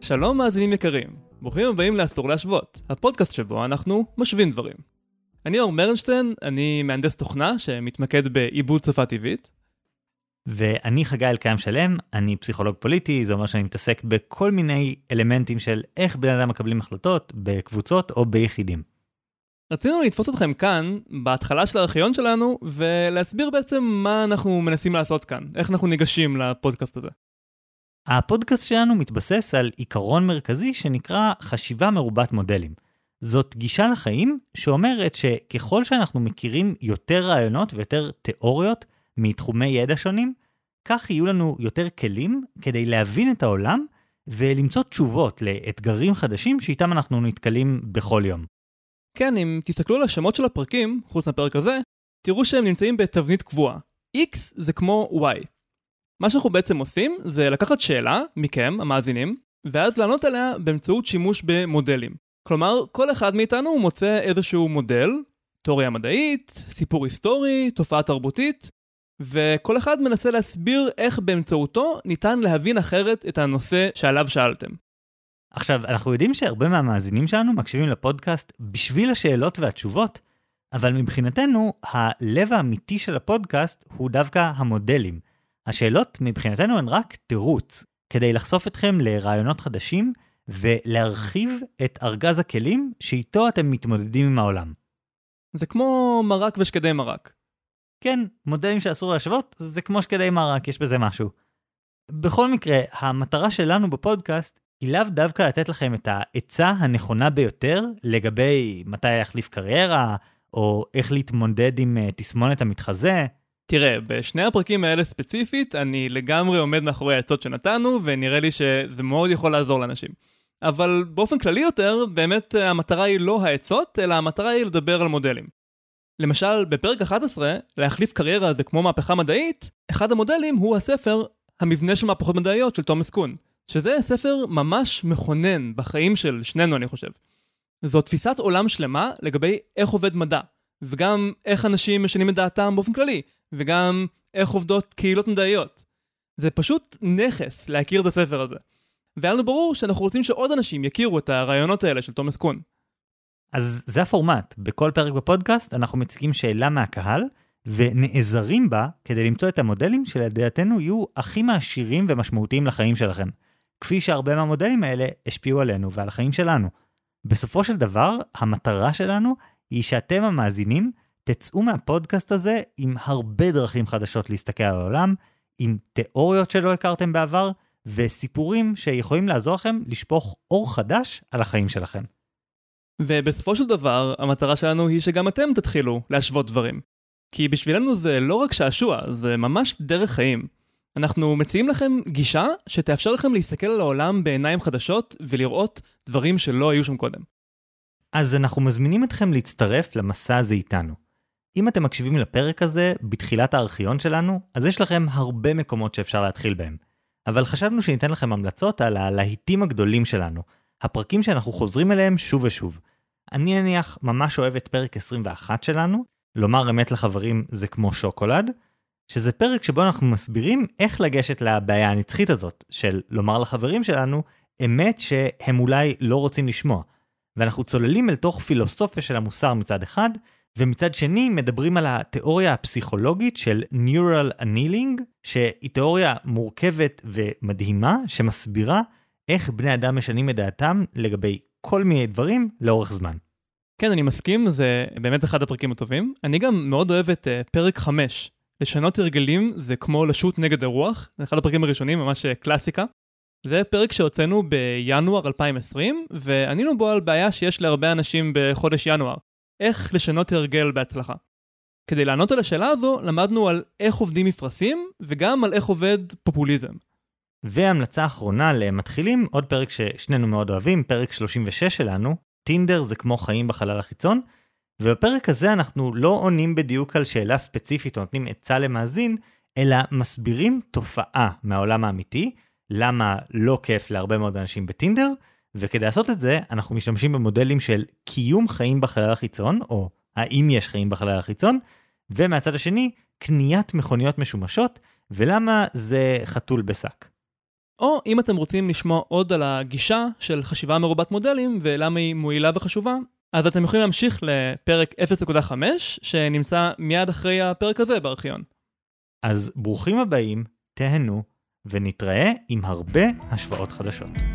שלום מאזינים יקרים, ברוכים הבאים לאסור להשוות, הפודקאסט שבו אנחנו משווים דברים. אני אור מרנשטיין, אני מהנדס תוכנה שמתמקד בעיבוד שפה טבעית. ואני חגי אלקיים שלם, אני פסיכולוג פוליטי, זה אומר שאני מתעסק בכל מיני אלמנטים של איך בני אדם מקבלים החלטות, בקבוצות או ביחידים. רצינו לתפוס אתכם כאן, בהתחלה של הארכיון שלנו, ולהסביר בעצם מה אנחנו מנסים לעשות כאן, איך אנחנו ניגשים לפודקאסט הזה. הפודקאסט שלנו מתבסס על עיקרון מרכזי שנקרא חשיבה מרובת מודלים. זאת גישה לחיים שאומרת שככל שאנחנו מכירים יותר רעיונות ויותר תיאוריות מתחומי ידע שונים, כך יהיו לנו יותר כלים כדי להבין את העולם ולמצוא תשובות לאתגרים חדשים שאיתם אנחנו נתקלים בכל יום. כן, אם תסתכלו על השמות של הפרקים, חוץ מהפרק הזה, תראו שהם נמצאים בתבנית קבועה. X זה כמו Y. מה שאנחנו בעצם עושים זה לקחת שאלה מכם, המאזינים, ואז לענות עליה באמצעות שימוש במודלים. כלומר, כל אחד מאיתנו מוצא איזשהו מודל, תיאוריה מדעית, סיפור היסטורי, תופעה תרבותית, וכל אחד מנסה להסביר איך באמצעותו ניתן להבין אחרת את הנושא שעליו שאלתם. עכשיו, אנחנו יודעים שהרבה מהמאזינים שלנו מקשיבים לפודקאסט בשביל השאלות והתשובות, אבל מבחינתנו, הלב האמיתי של הפודקאסט הוא דווקא המודלים. השאלות מבחינתנו הן רק תירוץ, כדי לחשוף אתכם לרעיונות חדשים ולהרחיב את ארגז הכלים שאיתו אתם מתמודדים עם העולם. זה כמו מרק ושקדי מרק. כן, מודלים שאסור להשוות, זה כמו שקדי מרק, יש בזה משהו. בכל מקרה, המטרה שלנו בפודקאסט היא לאו דווקא לתת לכם את העצה הנכונה ביותר לגבי מתי להחליף קריירה, או איך להתמודד עם תסמונת המתחזה. תראה, בשני הפרקים האלה ספציפית, אני לגמרי עומד מאחורי העצות שנתנו, ונראה לי שזה מאוד יכול לעזור לאנשים. אבל באופן כללי יותר, באמת המטרה היא לא העצות, אלא המטרה היא לדבר על מודלים. למשל, בפרק 11, להחליף קריירה זה כמו מהפכה מדעית, אחד המודלים הוא הספר המבנה של מהפכות מדעיות של תומאס קון, שזה ספר ממש מכונן בחיים של שנינו, אני חושב. זו תפיסת עולם שלמה לגבי איך עובד מדע, וגם איך אנשים משנים את דעתם באופן כללי, וגם איך עובדות קהילות מדעיות. זה פשוט נכס להכיר את הספר הזה. והיה לנו ברור שאנחנו רוצים שעוד אנשים יכירו את הרעיונות האלה של תומאס קון. אז זה הפורמט. בכל פרק בפודקאסט אנחנו מציגים שאלה מהקהל, ונעזרים בה כדי למצוא את המודלים שלדעתנו יהיו הכי מעשירים ומשמעותיים לחיים שלכם. כפי שהרבה מהמודלים האלה השפיעו עלינו ועל החיים שלנו. בסופו של דבר, המטרה שלנו היא שאתם המאזינים תצאו מהפודקאסט הזה עם הרבה דרכים חדשות להסתכל על העולם, עם תיאוריות שלא הכרתם בעבר, וסיפורים שיכולים לעזור לכם לשפוך אור חדש על החיים שלכם. ובסופו של דבר, המטרה שלנו היא שגם אתם תתחילו להשוות דברים. כי בשבילנו זה לא רק שעשוע, זה ממש דרך חיים. אנחנו מציעים לכם גישה שתאפשר לכם להסתכל על העולם בעיניים חדשות ולראות דברים שלא היו שם קודם. אז אנחנו מזמינים אתכם להצטרף למסע הזה איתנו. אם אתם מקשיבים לפרק הזה בתחילת הארכיון שלנו, אז יש לכם הרבה מקומות שאפשר להתחיל בהם. אבל חשבנו שניתן לכם המלצות על הלהיטים הגדולים שלנו, הפרקים שאנחנו חוזרים אליהם שוב ושוב. אני נניח ממש אוהב את פרק 21 שלנו, לומר אמת לחברים זה כמו שוקולד, שזה פרק שבו אנחנו מסבירים איך לגשת לבעיה הנצחית הזאת, של לומר לחברים שלנו אמת שהם אולי לא רוצים לשמוע. ואנחנו צוללים אל תוך פילוסופיה של המוסר מצד אחד, ומצד שני מדברים על התיאוריה הפסיכולוגית של Neural Annealing, שהיא תיאוריה מורכבת ומדהימה, שמסבירה איך בני אדם משנים את דעתם לגבי כל מיני דברים לאורך זמן. כן, אני מסכים, זה באמת אחד הפרקים הטובים. אני גם מאוד אוהב את פרק 5. לשנות הרגלים זה כמו לשוט נגד הרוח, זה אחד הפרקים הראשונים, ממש קלאסיקה. זה פרק שהוצאנו בינואר 2020, וענינו בו על בעיה שיש להרבה אנשים בחודש ינואר. איך לשנות הרגל בהצלחה. כדי לענות על השאלה הזו, למדנו על איך עובדים מפרשים, וגם על איך עובד פופוליזם. והמלצה האחרונה למתחילים, עוד פרק ששנינו מאוד אוהבים, פרק 36 שלנו, טינדר זה כמו חיים בחלל החיצון, ובפרק הזה אנחנו לא עונים בדיוק על שאלה ספציפית, או נותנים עצה למאזין, אלא מסבירים תופעה מהעולם האמיתי, למה לא כיף להרבה מאוד אנשים בטינדר, וכדי לעשות את זה, אנחנו משתמשים במודלים של קיום חיים בחלל החיצון, או האם יש חיים בחלל החיצון, ומהצד השני, קניית מכוניות משומשות, ולמה זה חתול בשק. או אם אתם רוצים לשמוע עוד על הגישה של חשיבה מרובת מודלים ולמה היא מועילה וחשובה, אז אתם יכולים להמשיך לפרק 0.5 שנמצא מיד אחרי הפרק הזה בארכיון. אז ברוכים הבאים, תהנו, ונתראה עם הרבה השוואות חדשות.